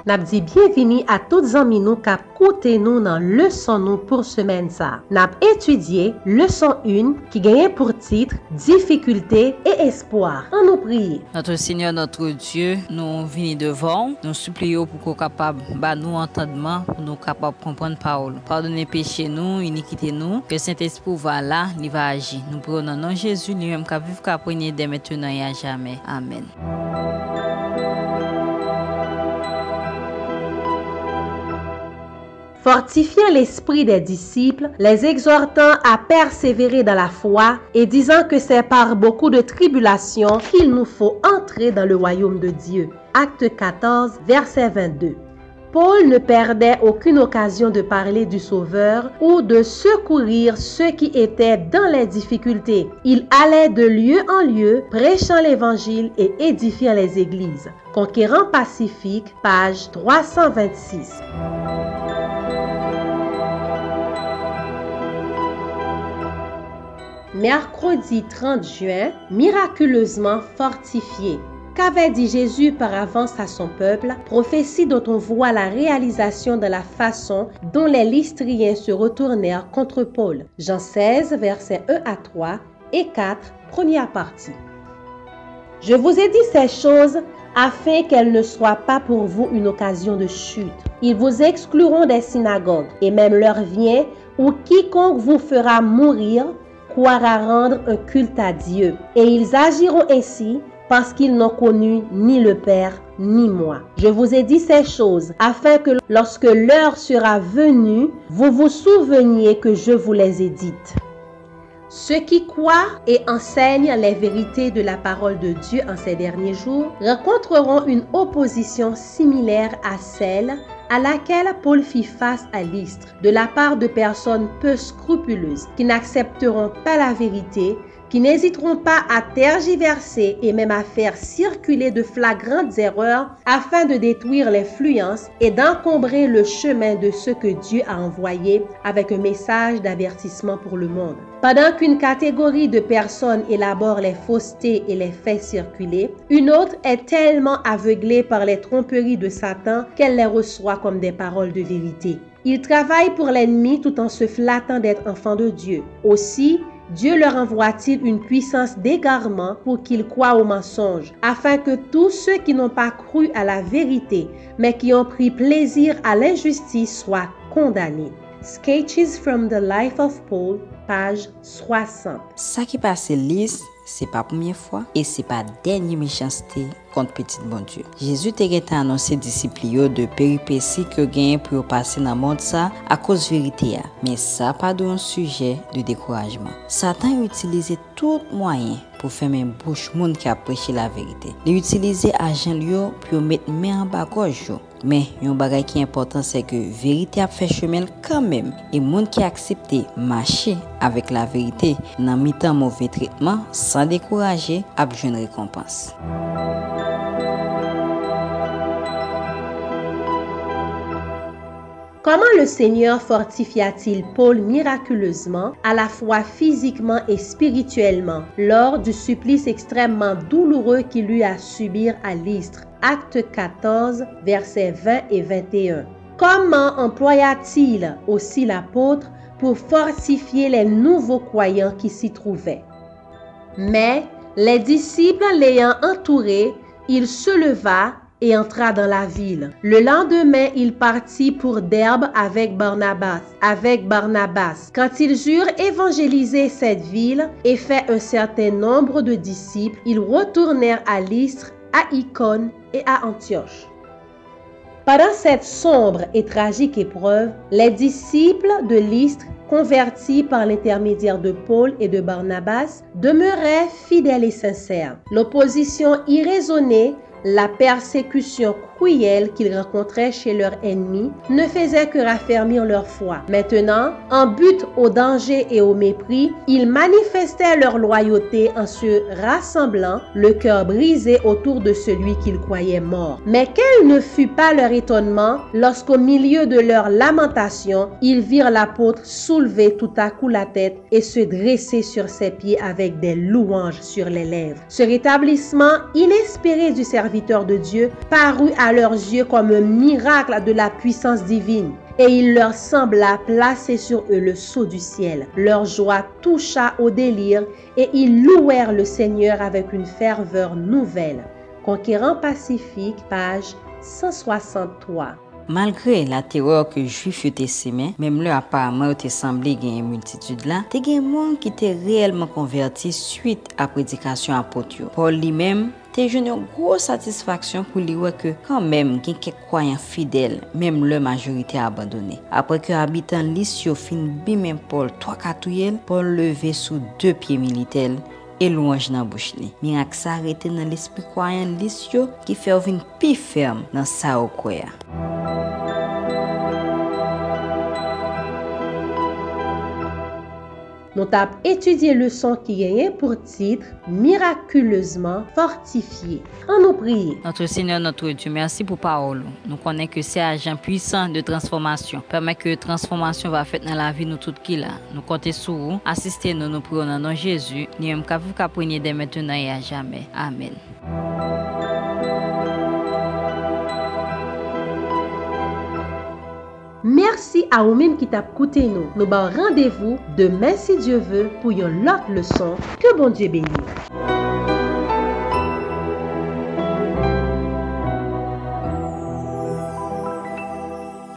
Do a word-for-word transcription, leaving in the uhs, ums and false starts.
N'a dit bienvenue à toutes amis nous qui écoutent nous dans leçon nous pour semaine ça. N'a étudié leçon un qui gagne pour titre difficulté et espoir. On nous prie. Notre Seigneur, notre Dieu, nous venons devant, nous supplions pour qu'on capable bah nous entendement, pour nous capable comprendre parole. Pardonnez péché nous, iniquité nous, que Saint-Esprit va là, il va agir. Nous prions dans le nom de Jésus lui-même qui vivre qu'à prendre dès maintenant et à jamais. Amen. Fortifiant l'esprit des disciples, les exhortant à persévérer dans la foi et disant que c'est par beaucoup de tribulations qu'il nous faut entrer dans le royaume de Dieu. Acte quatorze, verset vingt-deux. Paul ne perdait aucune occasion de parler du Sauveur ou de secourir ceux qui étaient dans les difficultés. Il allait de lieu en lieu, prêchant l'évangile et édifiant les églises. Conquérant pacifique, page trois cent vingt-six. Mercredi trente juin, miraculeusement fortifié. Qu'avait dit Jésus par avance à son peuple, prophétie dont on voit la réalisation de la façon dont les Lystriens se retournèrent contre Paul. Jean seize, versets un à trois et quatre, première partie. Je vous ai dit ces choses afin qu'elles ne soient pas pour vous une occasion de chute. Ils vous excluront des synagogues, et même l'heure vient où quiconque vous fera mourir croira rendre un culte à Dieu. Et ils agiront ainsi parce qu'ils n'ont connu ni le Père ni moi. Je vous ai dit ces choses afin que lorsque l'heure sera venue, vous vous souveniez que je vous les ai dites. Ceux qui croient et enseignent les vérités de la parole de Dieu en ces derniers jours rencontreront une opposition similaire à celle à laquelle Paul fit face à Lystre, de la part de personnes peu scrupuleuses, qui n'accepteront pas la vérité, qui n'hésiteront pas à tergiverser et même à faire circuler de flagrantes erreurs afin de détruire l'influence et d'encombrer le chemin de ceux que Dieu a envoyés avec un message d'avertissement pour le monde. Pendant qu'une catégorie de personnes élabore les faussetés et les fait circuler, une autre est tellement aveuglée par les tromperies de Satan qu'elle les reçoit comme des paroles de vérité. Ils travaillent pour l'ennemi tout en se flattant d'être enfants de Dieu. Aussi, Dieu leur envoie-t-il une puissance d'égarement pour qu'ils croient au mensonge, afin que tous ceux qui n'ont pas cru à la vérité, mais qui ont pris plaisir à l'injustice soient condamnés. Sketches from the Life of Paul, page soixante. Ça qui passe Lys, c'est pas première fois et c'est pas dernière méchanceté contre petit bon Dieu. Jésus t'a annoncé disciples de péripéties que gagne pour passer dans le monde ça à cause vérité, mais ça pas d'un sujet de découragement. Satan utilisait tout moyen pour faire même bouche monde qui a prêché la vérité. Il utilisait agent lui pour mettre main en bas gauche. Mais un bagage qui est important c'est que vérité a fait chemin quand même et monde qui a accepté marcher avec la vérité dans mi-temps mauvais traitement sans décourager a besoin de récompense. Comment le Seigneur fortifia-t-il Paul miraculeusement, à la fois physiquement et spirituellement, lors du supplice extrêmement douloureux qu'il eut à subir à Lystre? Acte quatorze, versets vingt et vingt et un. Comment employa-t-il aussi l'apôtre pour fortifier les nouveaux croyants qui s'y trouvaient? Mais les disciples l'ayant entouré, il se leva et entra dans la ville. Le lendemain, il partit pour Derbe avec Barnabas. Avec Barnabas. Quand ils eurent évangélisé cette ville et fait un certain nombre de disciples, ils retournèrent à Lystre, à Icône et à Antioche. Pendant cette sombre et tragique épreuve, les disciples de Lystre, convertis par l'intermédiaire de Paul et de Barnabas, demeuraient fidèles et sincères. L'opposition irraisonnée, la persécution cruelle qu'ils rencontraient chez leurs ennemis ne faisait que raffermir leur foi. Maintenant, en butte au danger et au mépris, ils manifestaient leur loyauté en se rassemblant, le cœur brisé autour de celui qu'ils croyaient mort. Mais quel ne fut pas leur étonnement lorsqu'au milieu de leur lamentation, ils virent l'apôtre soulever tout à coup la tête et se dresser sur ses pieds avec des louanges sur les lèvres. Ce rétablissement inespéré du service serviteurs de Dieu parut à leurs yeux comme un miracle de la puissance divine. Et il leur sembla placer sur eux le sceau du ciel. Leur joie toucha au délire et ils louèrent le Seigneur avec une ferveur nouvelle. Conquérant Pacifique, page cent soixante-trois. Malgré la terreur que juif étaient sémé, même là apparemment te semblé gagner une multitude là, te gen monde qui étaient réellement convertis suite à prédication apôtre. Paul lui-même te jeune une grosse satisfaction pour lui que quand même gen quelques croyants fidèles, même leur majorité abandonné. Après que habitant Lysio fin bimem Paul trois katouyen, Paul levé sous deux pieds militaires et louange dans bouche li. Miracle s'arrêté dans l'esprit croyant Lysio qui fait vin pi ferme dans sa okoya. Nous avons étudié le leçon qui gagnait pour titre miraculeusement fortifié. En nous prier. Notre Seigneur, notre Dieu, merci pour parole. Nous connaissons que c'est agent puissant de transformation. Permet que transformation va faite dans la vie nous toutes qui là. Nous comptons sur vous. Assistez-nous, nous prions dans le nom de Jésus. Nous aimons qu'à vous qu'appreniez dès maintenant et à jamais. Amen. Merci à vous-même qui t'a écouté nous. Nous avons rendez-vous demain si Dieu veut pour une autre leçon. Que bon Dieu bénisse.